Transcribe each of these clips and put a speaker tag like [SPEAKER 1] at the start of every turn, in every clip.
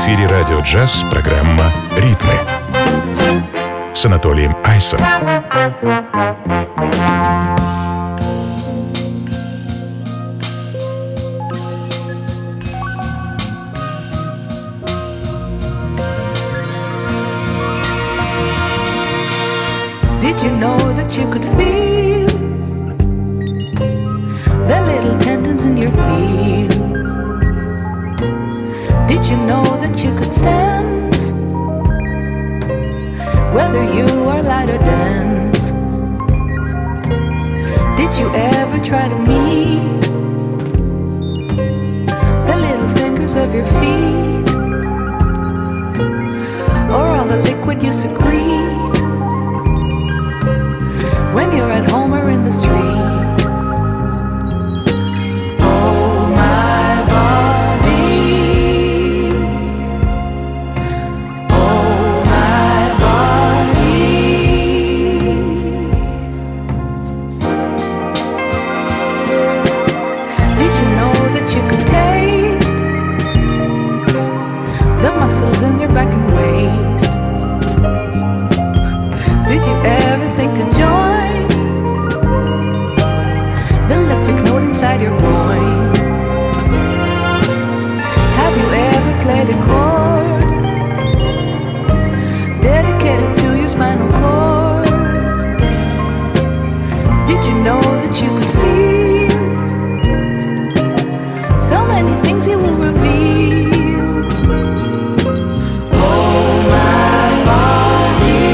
[SPEAKER 1] эфире радио «Джаз» программа «Ритмы» с Анатолием Айсом.
[SPEAKER 2] Did you know that you could feel the little tendons in your heel? Did you know that you could sense whether you are light or dense? Did you ever try to meet the little fingers of your feet, or all the liquid you secrete when you're at home or in the street? Oh, my body. Oh, my body. Did you know that you could taste the muscles in your back and waist? Did you ever think to join the lymphic node inside your groin? Have you ever played a chord dedicated to your spinal cord? Did you know that you could feel so many things you will reveal? Oh, my body.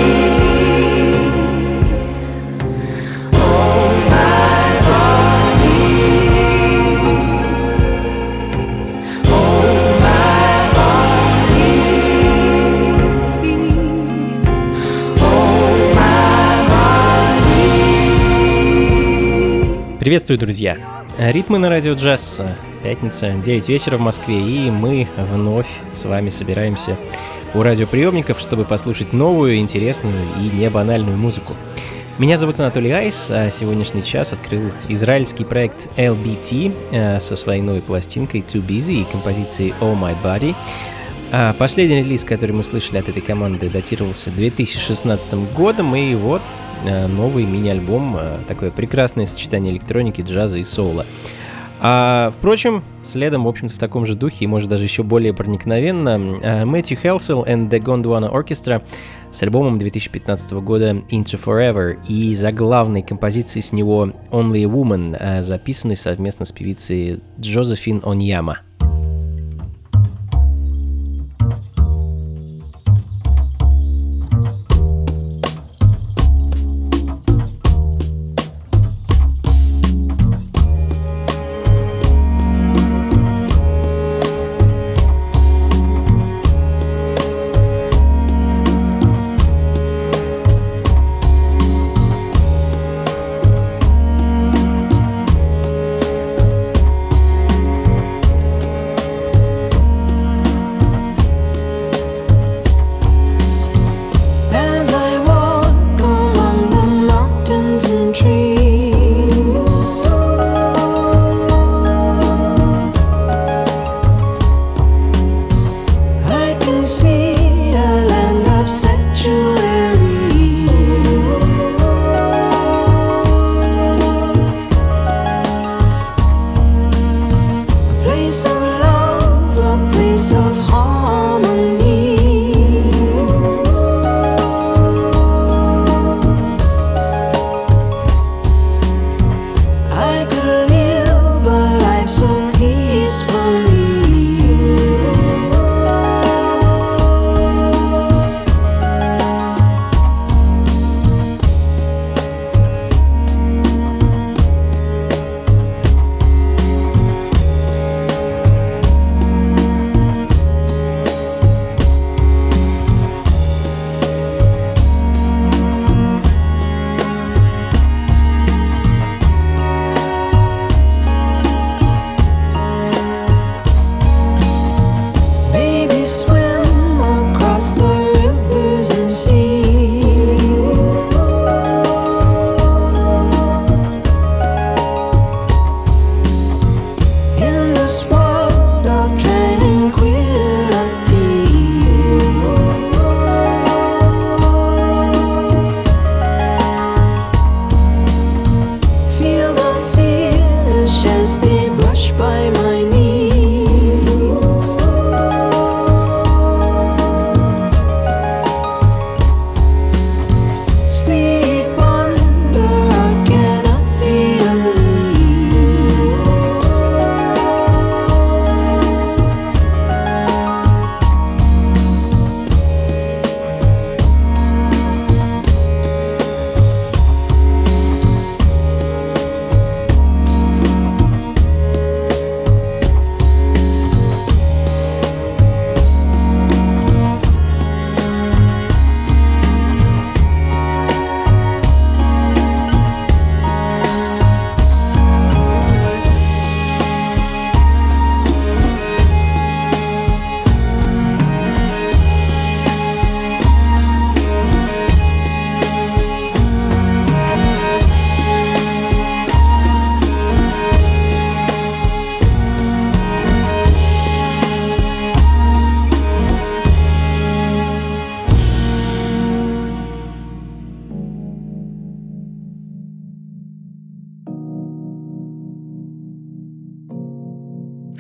[SPEAKER 3] Приветствую, друзья! Ритмы на радио «Джаз». Пятница, 9 вечера в Москве, и мы вновь с вами собираемся у радиоприемников, чтобы послушать новую, интересную и не банальную музыку. Меня зовут Анатолий Айс, а сегодняшний час открыл израильский проект LBT со своей новой пластинкой Too Busy и композицией Oh My Body. Последний релиз, который мы слышали от этой команды, датировался 2016 годом, и вот новый мини-альбом, такое прекрасное сочетание электроники, джаза и соула. Впрочем, следом, в общем-то, в таком же духе, и может даже еще более проникновенно, Мэтью Хелсел and the Gondwana Orchestra с альбомом 2015 года Into Forever и заглавной композицией с него Only a Woman, записанной совместно с певицей Джозефин Оньяма.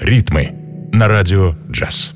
[SPEAKER 1] «Ритмы» на радио «Джаз».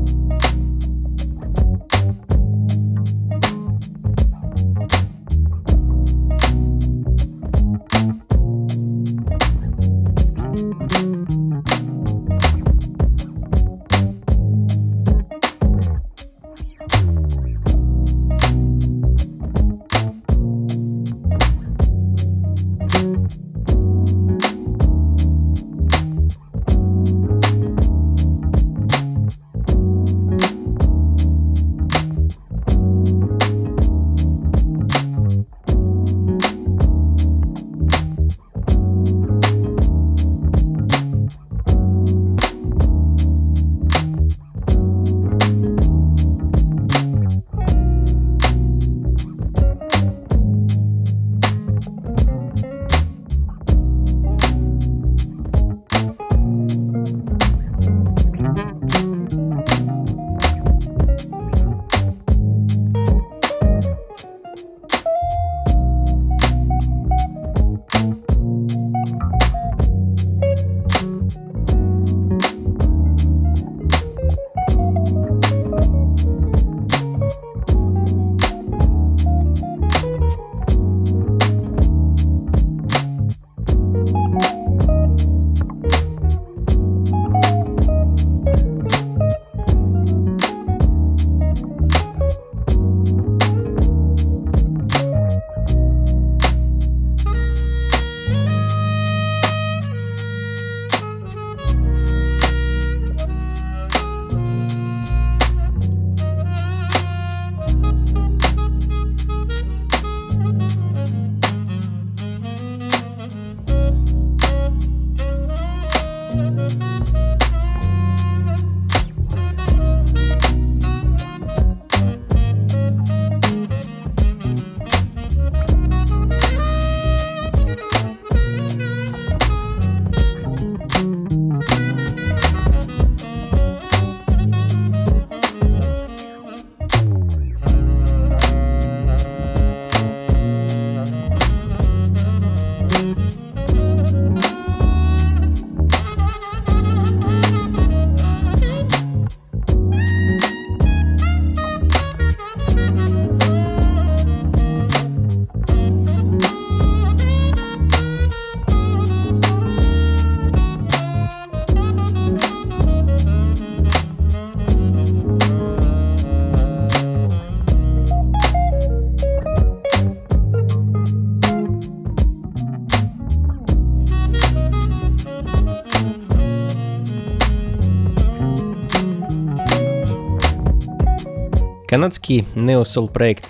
[SPEAKER 3] Канадский нео-сол проект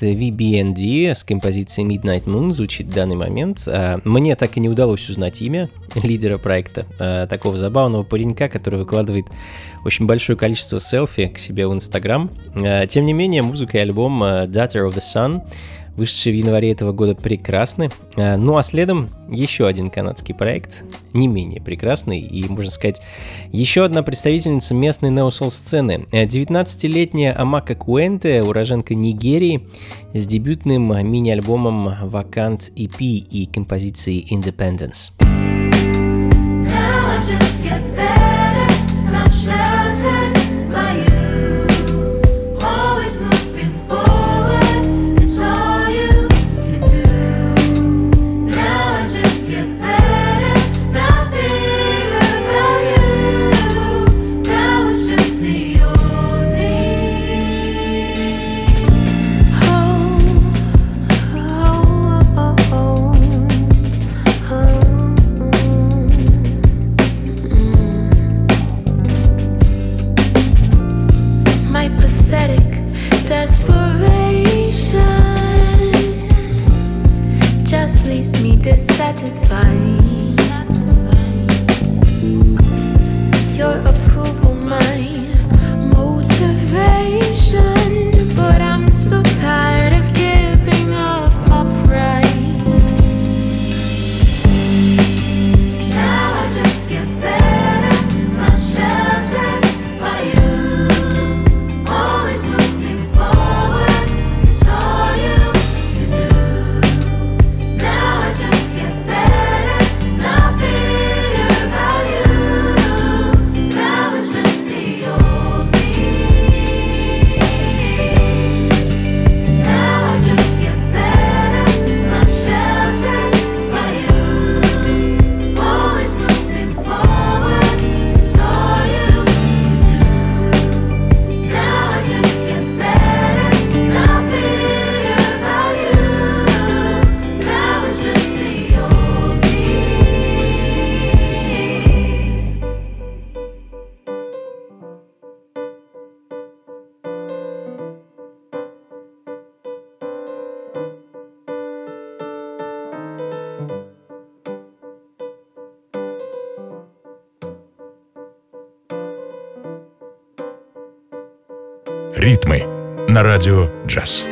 [SPEAKER 3] VBND с композицией Midnight Moon звучит в данный момент. Мне так и не удалось узнать имя лидера проекта, такого забавного паренька, который выкладывает очень большое количество селфи к себе в Инстаграм. Тем не менее, музыка и альбом Daughter of the Sun, вышедшие в январе этого года, прекрасны. Ну а следом еще один канадский проект, не менее прекрасный, и, можно сказать, еще одна представительница местной неосол-сцены. 19-летняя Амака Куэнте, уроженка Нигерии, с дебютным мини-альбомом Vacant EP и композицией Independence.
[SPEAKER 2] Oh
[SPEAKER 1] «Ритмы» на радио «Джаз».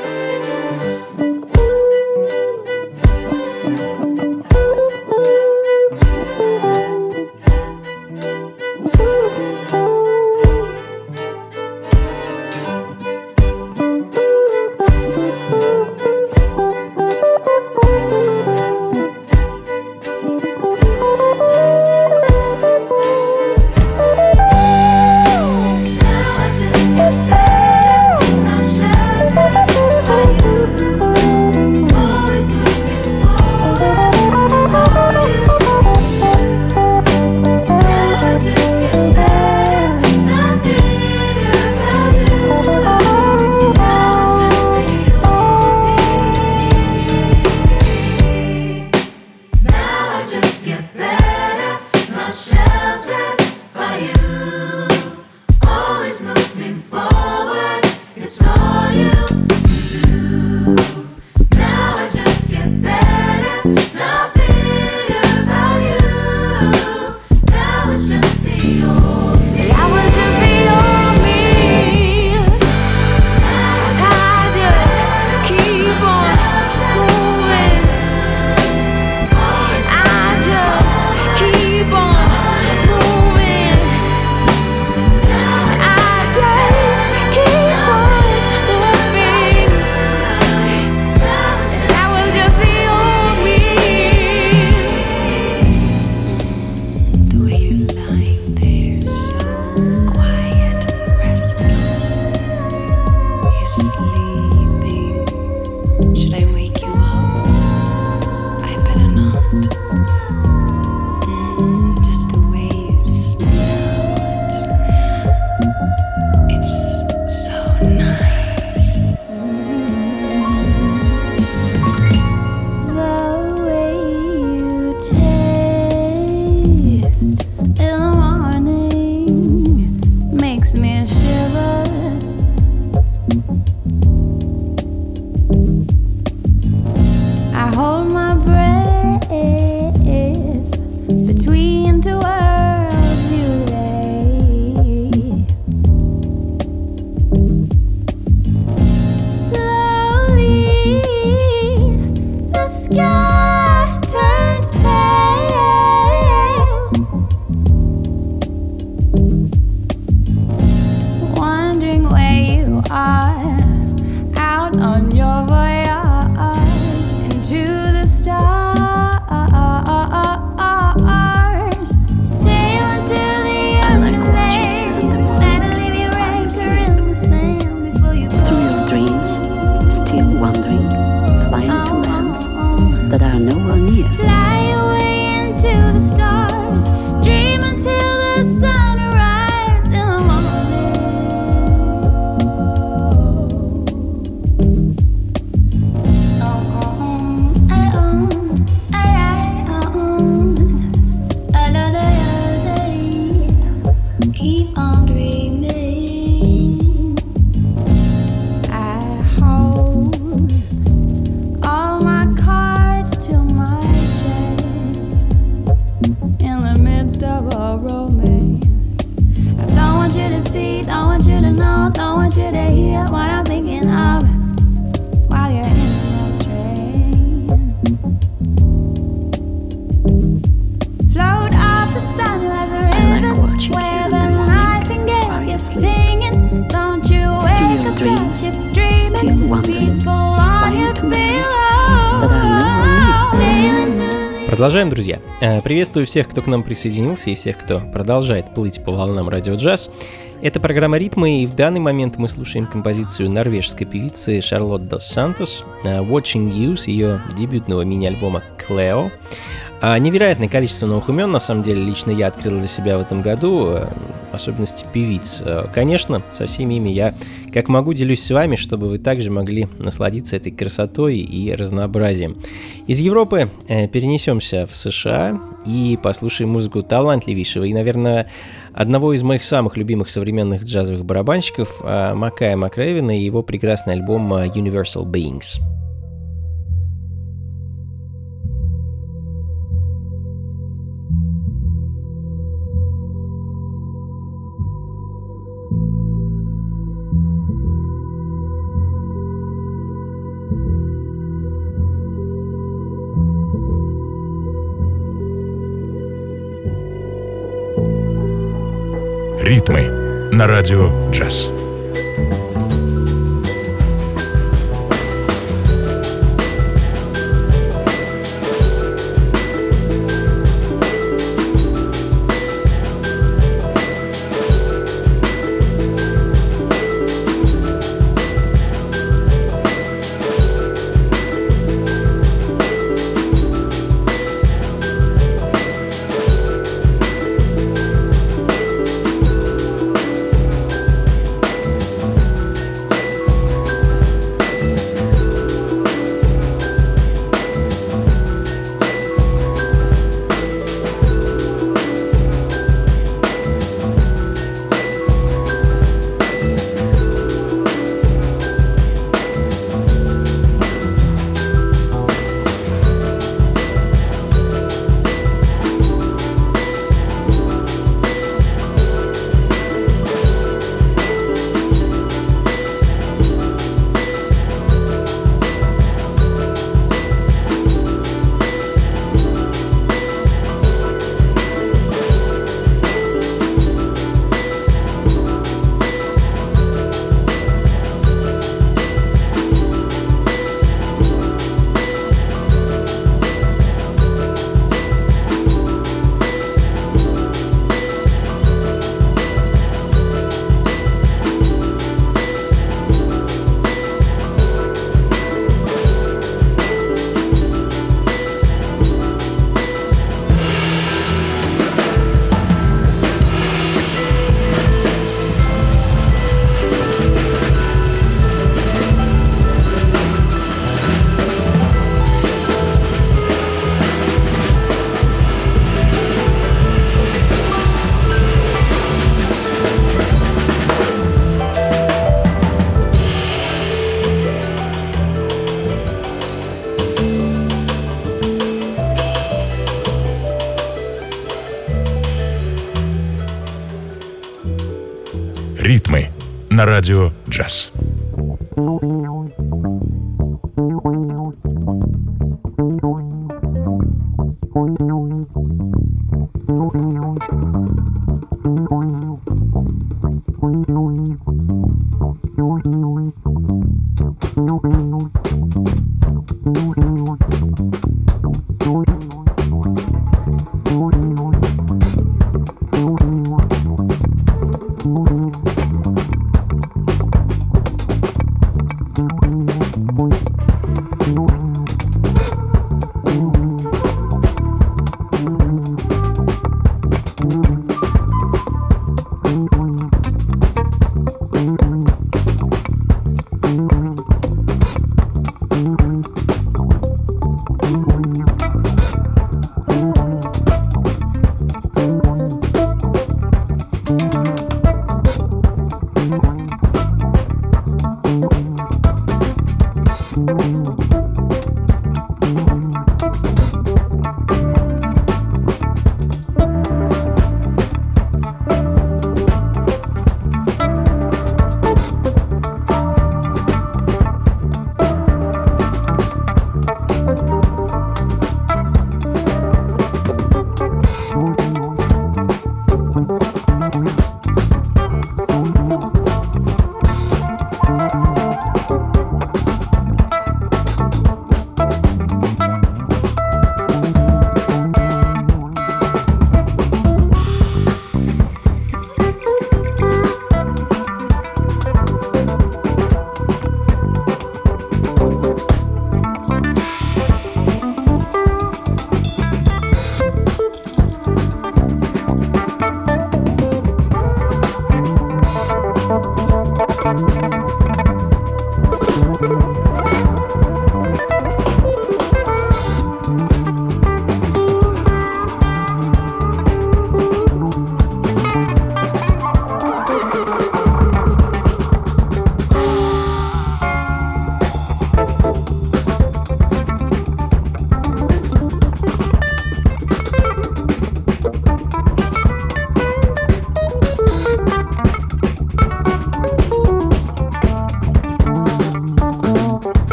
[SPEAKER 3] Продолжаем, друзья. Приветствую всех, кто к нам присоединился, и всех, кто продолжает плыть по волнам радио «Джаз». Это программа «Ритмы», и в данный момент мы слушаем композицию норвежской певицы Шарлотт Дос Сантос «Watching You» с ее дебютного мини-альбома «Cleo». Невероятное количество новых имен, на самом деле, лично я открыл для себя в этом году, особенности певиц. Конечно, со всеми ими я, как могу, делюсь с вами, чтобы вы также могли насладиться этой красотой и разнообразием. Из Европы перенесемся в США и послушаем музыку талантливейшего и, наверное, одного из моих самых любимых современных джазовых барабанщиков Макая Макрэвина и его прекрасный альбом «Universal Beings».
[SPEAKER 1] Ритмы на радио «Джаз». Ритмы на радио «Джаз».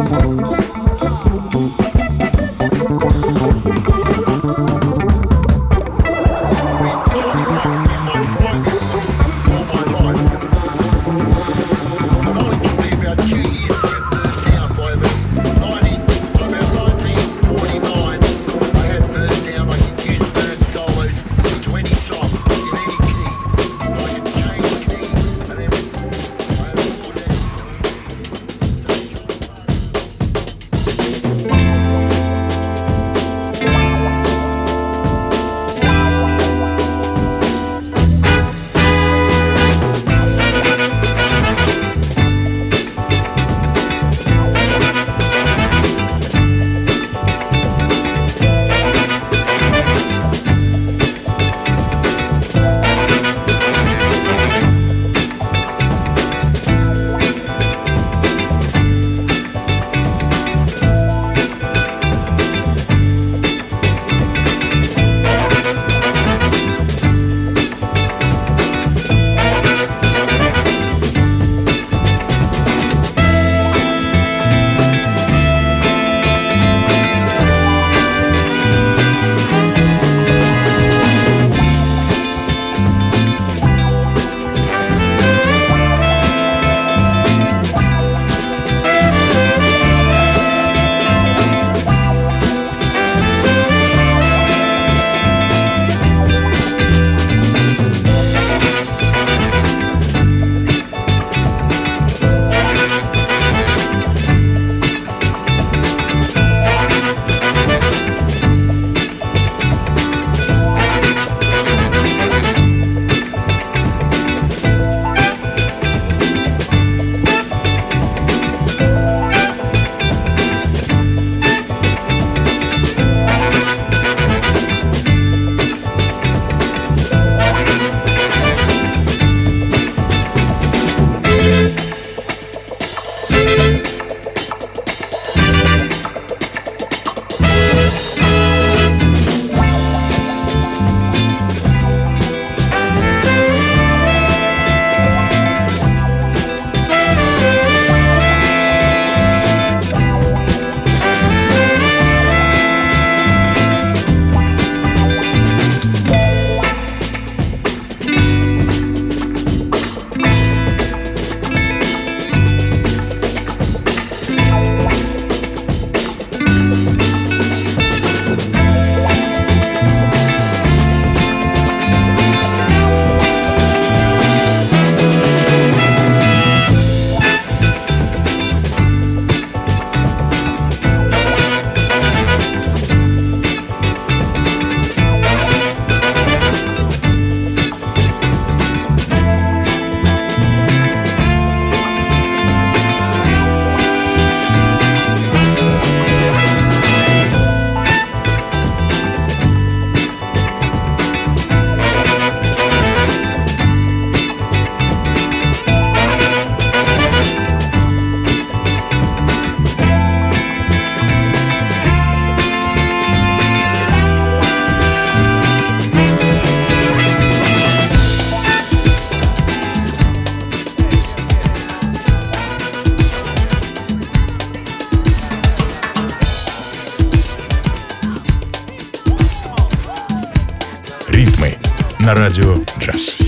[SPEAKER 1] на радио «Джаз».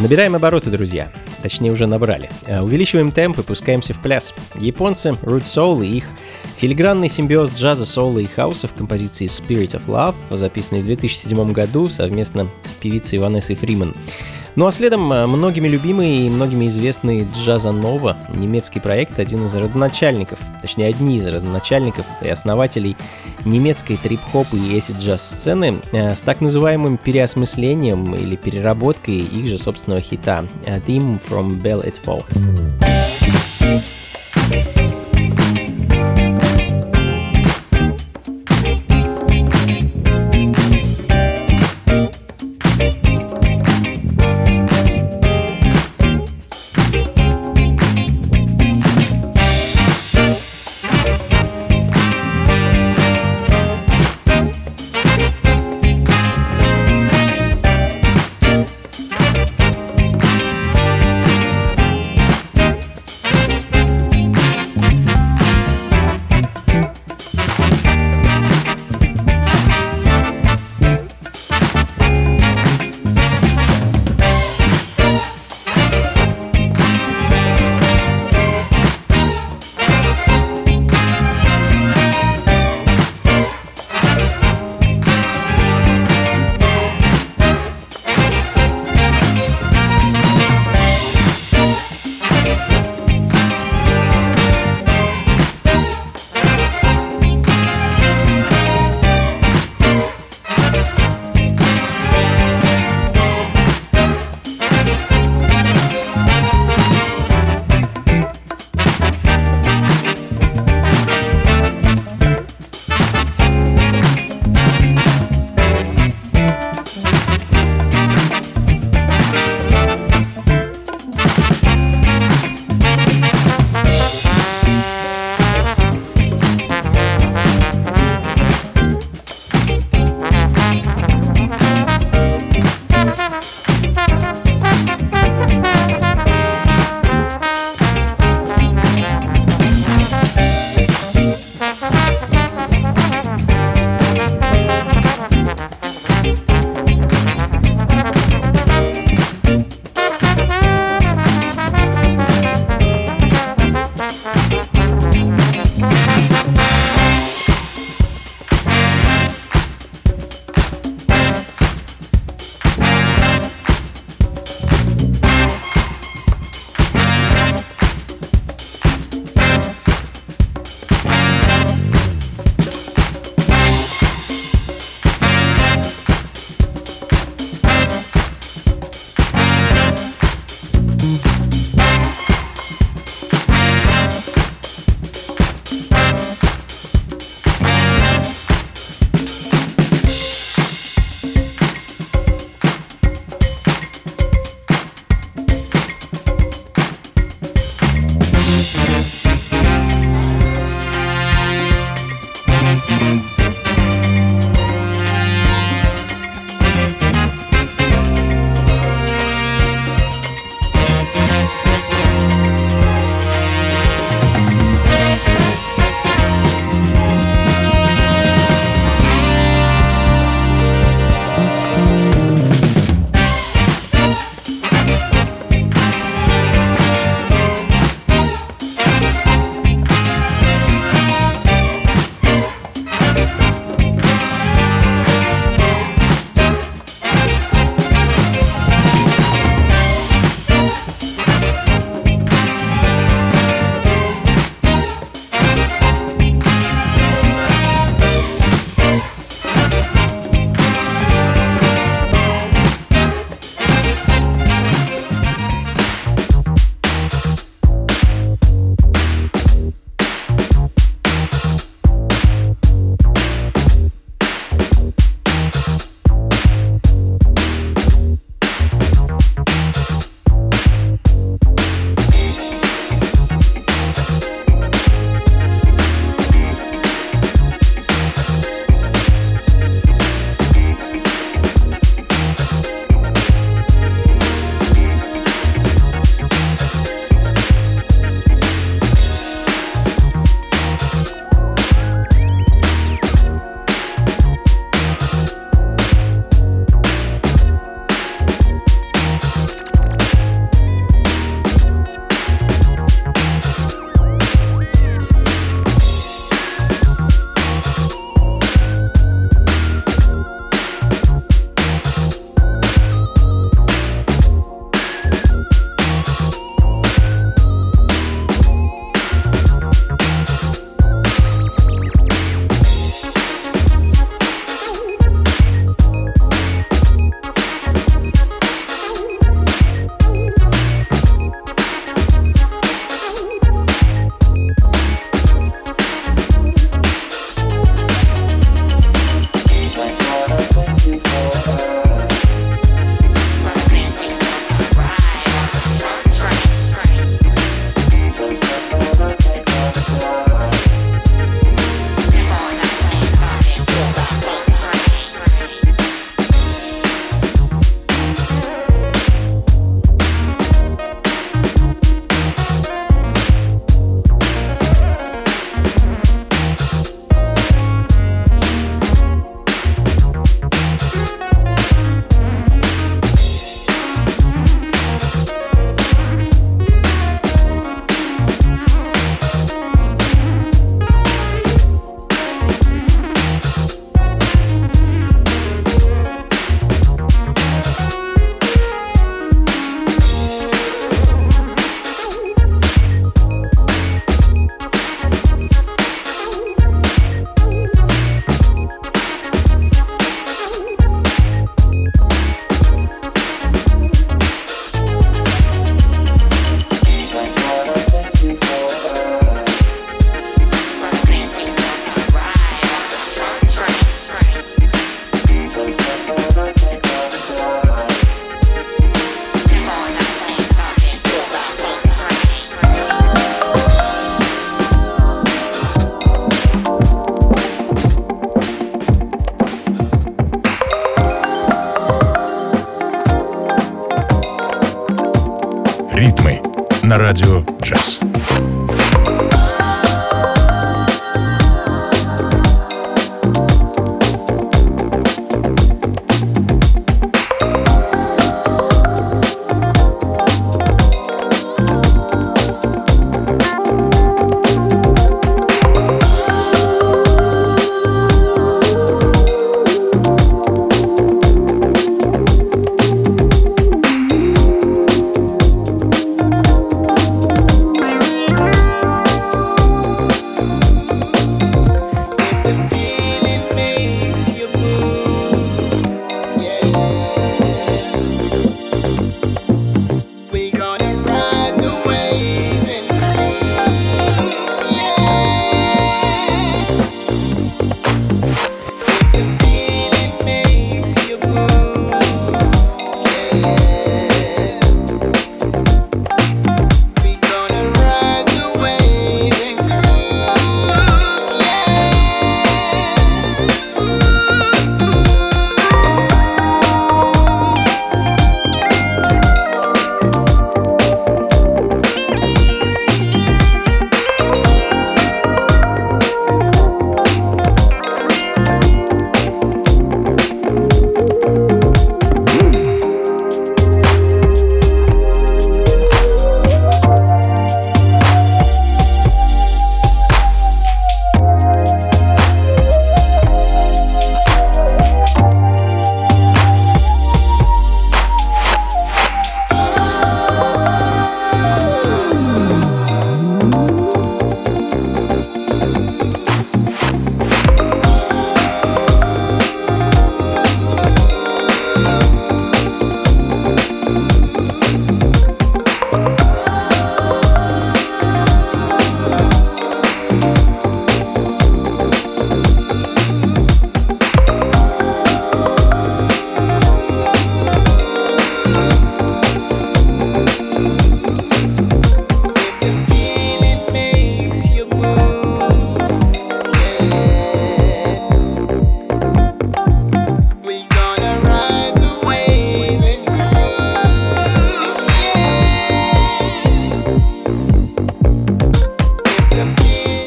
[SPEAKER 3] Набираем обороты, друзья. Точнее, уже набрали. Увеличиваем темп и пускаемся в пляс. Японцы Root Soul и их филигранный симбиоз джаза, соула и хауса в композиции Spirit of Love, записанной в 2007 году совместно с певицей Ванессой Фриман. Ну а следом многими любимый и многими известный Джаза Нова, немецкий проект, один из родоначальников, точнее одни из родоначальников и основателей немецкой трип-хоп и эсид-джаз сцены с так называемым переосмыслением или переработкой их же собственного хита Theme from Bell et Fall.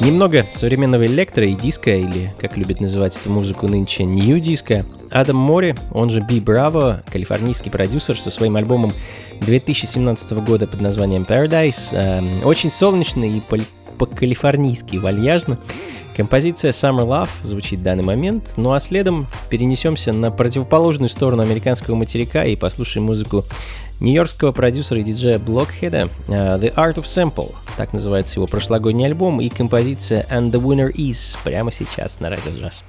[SPEAKER 3] Немного современного электро и диска, или, как любят называть эту музыку нынче, нью-диска. Адам Мори, он же Би Браво, калифорнийский продюсер со своим альбомом 2017 года под названием Paradise. Очень солнечный и по-калифорнийски вальяжно. Композиция Summer Love звучит в данный момент, ну а следом перенесемся на противоположную сторону американского материка и послушаем музыку нью-йоркского продюсера и диджея Blockhead, The Art of Sample, так называется его прошлогодний альбом, и композиция And the Winner Is прямо сейчас на Радио Джаз.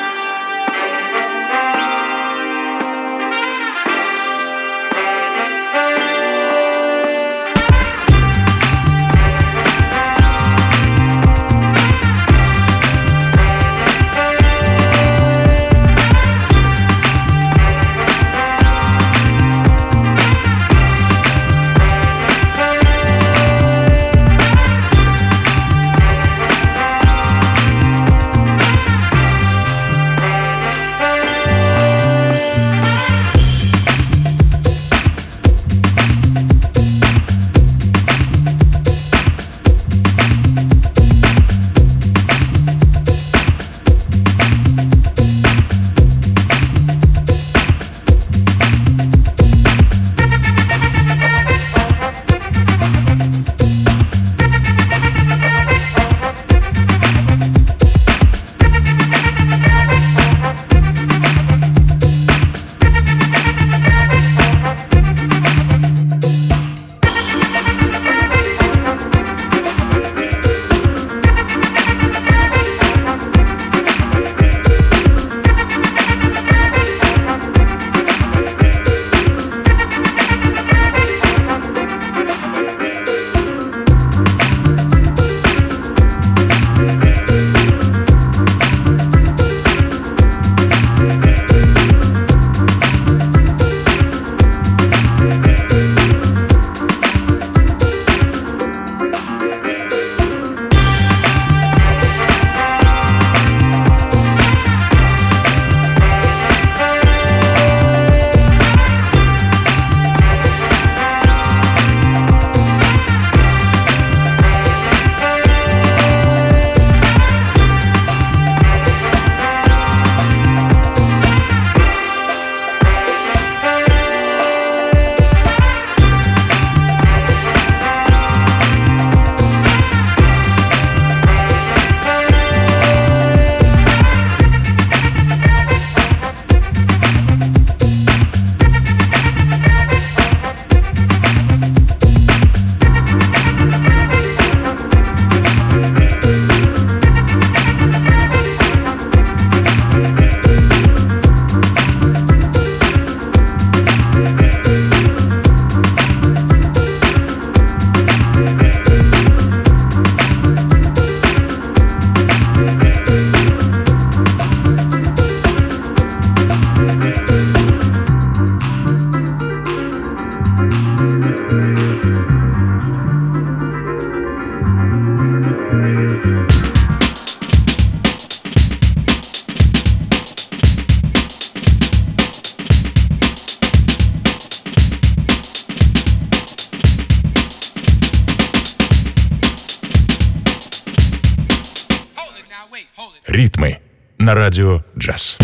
[SPEAKER 1] Ритмы на Радио Джаз.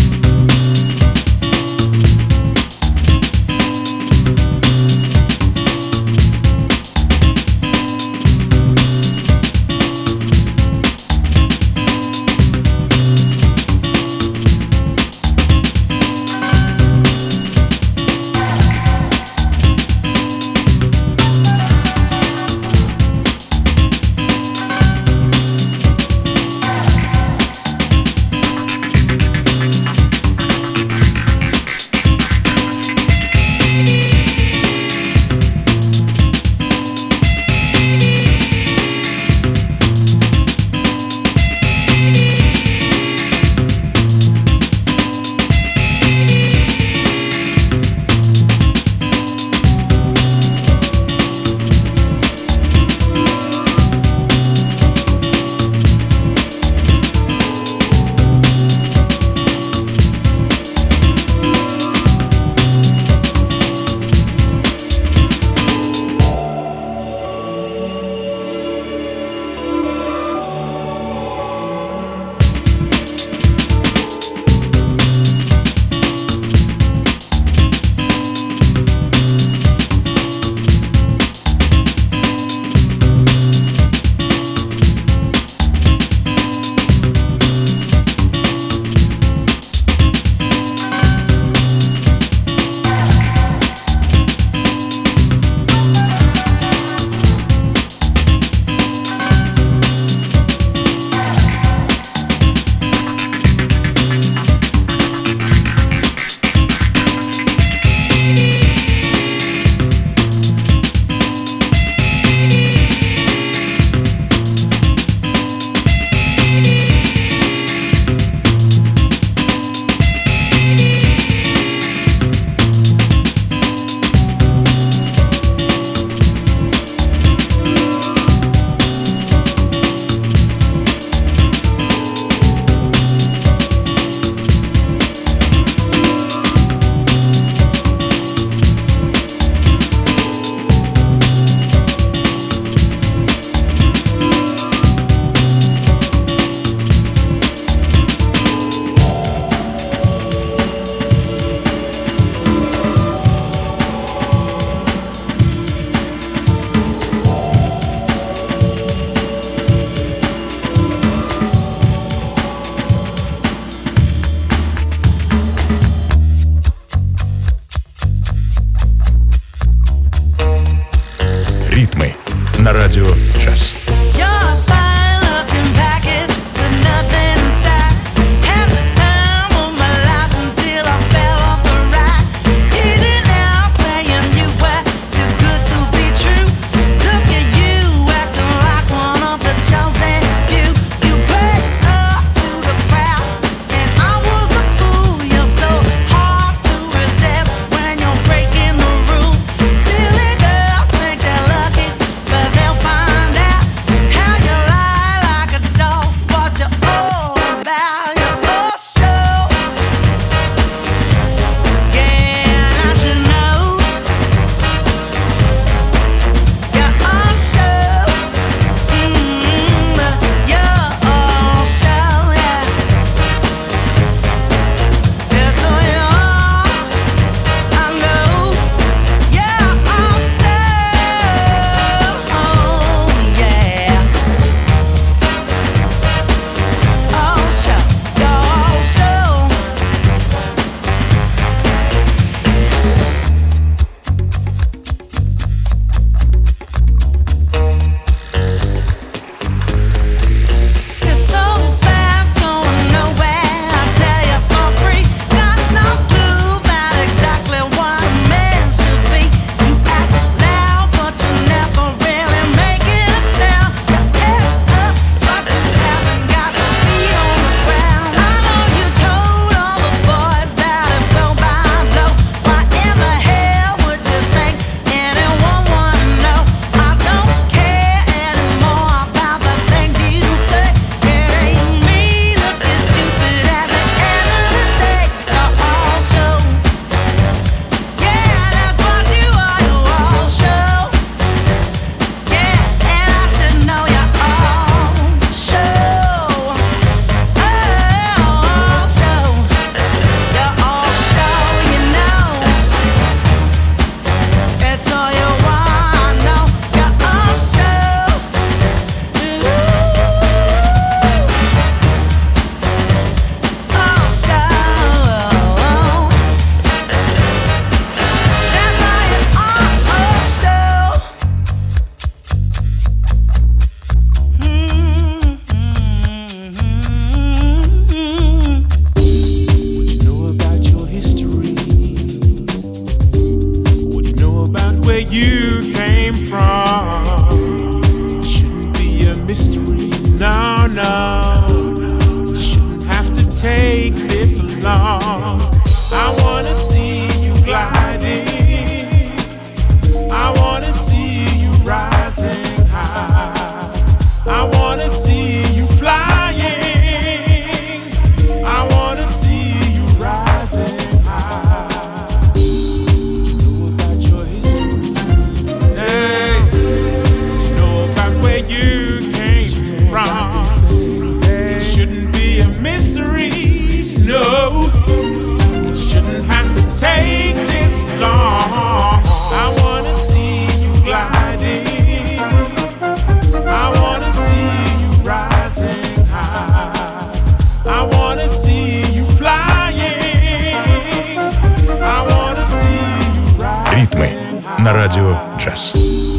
[SPEAKER 1] на радио «Джаз».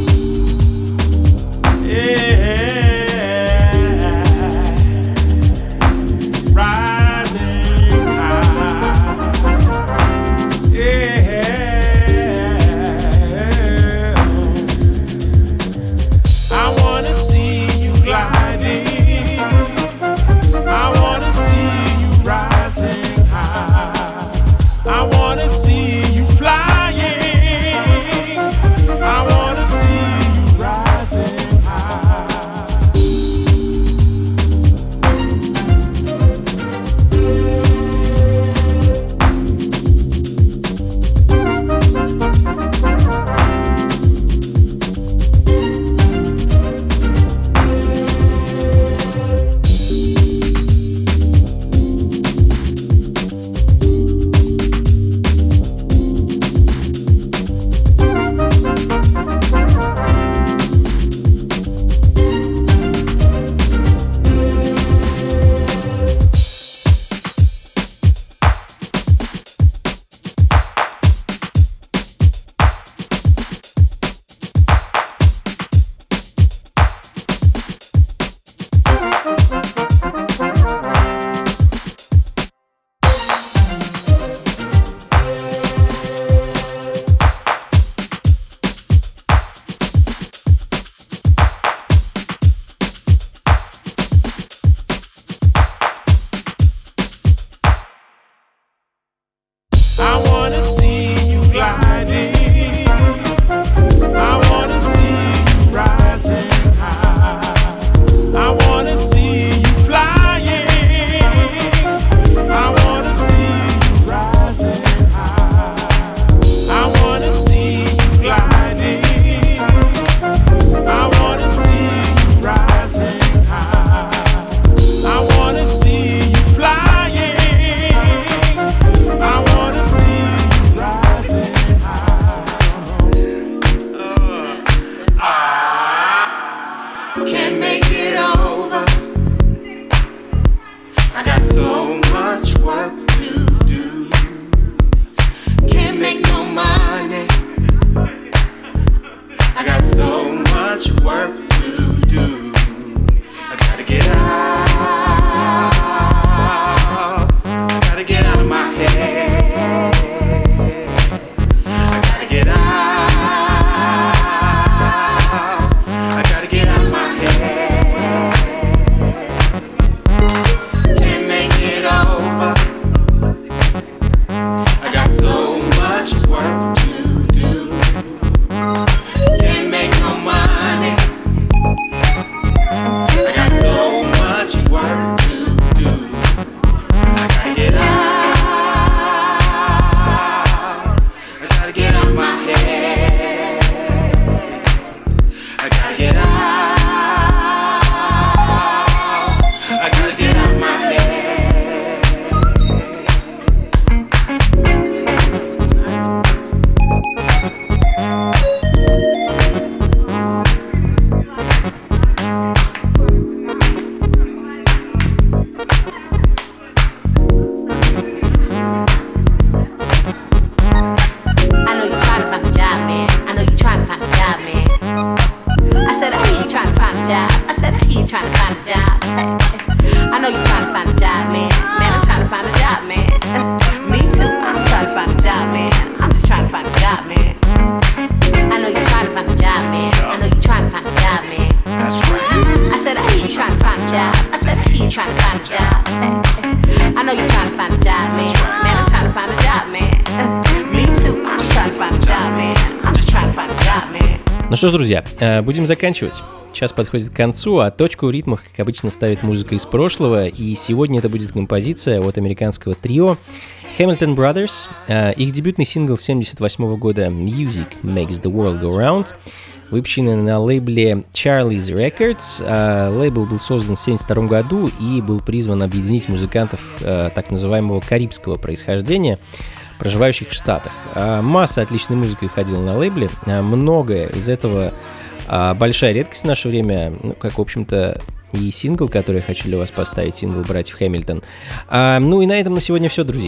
[SPEAKER 3] Ну что ж, друзья, будем заканчивать. Час подходит к концу, а точку в ритмах, как обычно, ставит музыка из прошлого. И сегодня это будет композиция от американского трио Hamilton Brothers. Их дебютный сингл 1978 года «Music Makes the World Go Round», выпущенный на лейбле Charlie's Records. Лейбл был создан в 1972 году и был призван объединить музыкантов так называемого карибского происхождения, проживающих в Штатах. Масса отличной музыки выходила на лейбле. Многое из этого большая редкость в наше время, как, в общем-то, и сингл, который я хочу для вас поставить, сингл братьев Хэмилтон. Ну и на этом на сегодня все, друзья.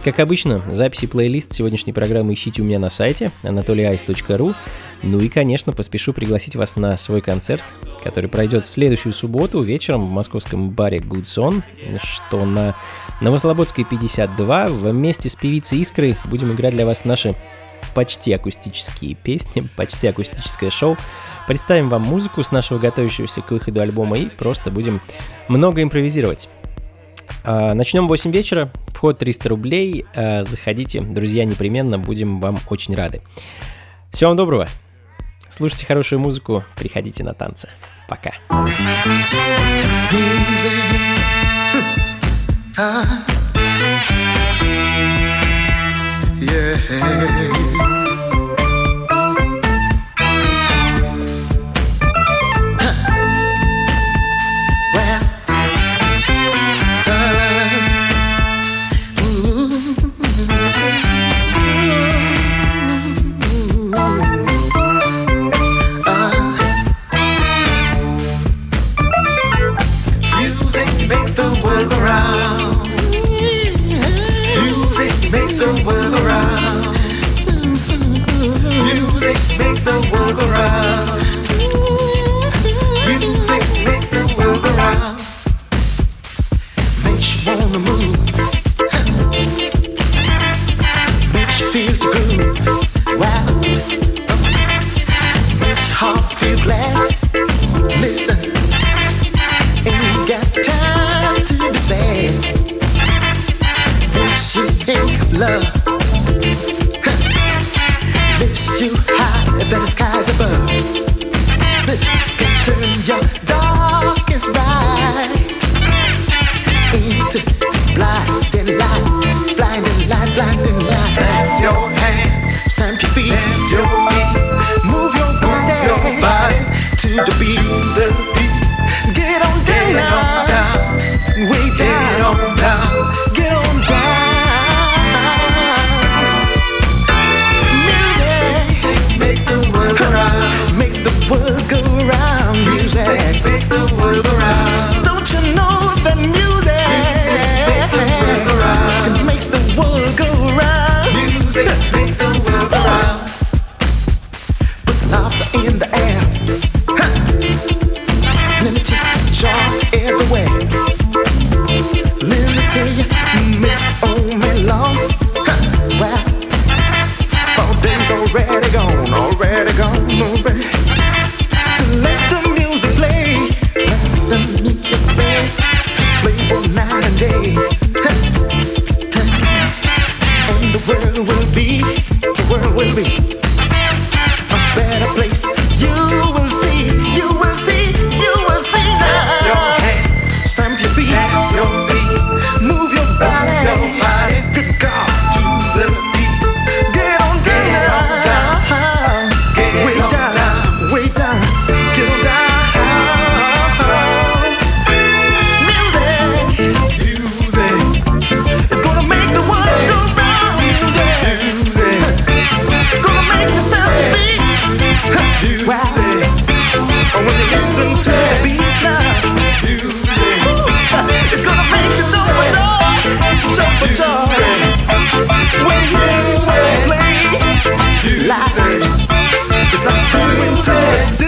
[SPEAKER 3] Как обычно, записи плейлист сегодняшней программы ищите у меня на сайте anatolyice.ru. Ну и, конечно, поспешу пригласить вас на свой концерт, который пройдет в следующую субботу вечером в московском баре Good Zone, что на Новослободской 52. Вместе с певицей Искрой будем играть для вас наши почти акустические песни, почти акустическое шоу. Представим вам музыку с нашего готовящегося к выходу альбома и просто будем много импровизировать. Начнем в 8 вечера, вход 300 рублей. Заходите, друзья, непременно, будем вам очень рады. Всего вам доброго, слушайте хорошую музыку, приходите на танцы. Пока.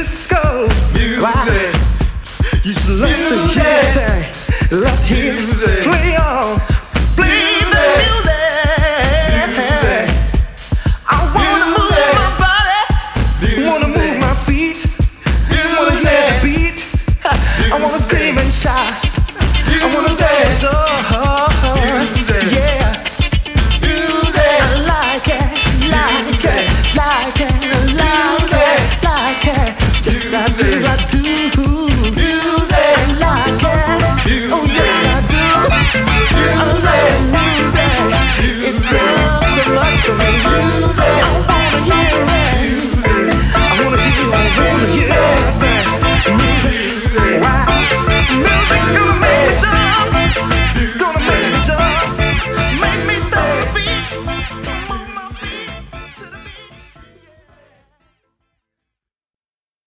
[SPEAKER 4] Love to hear that, love to hear that.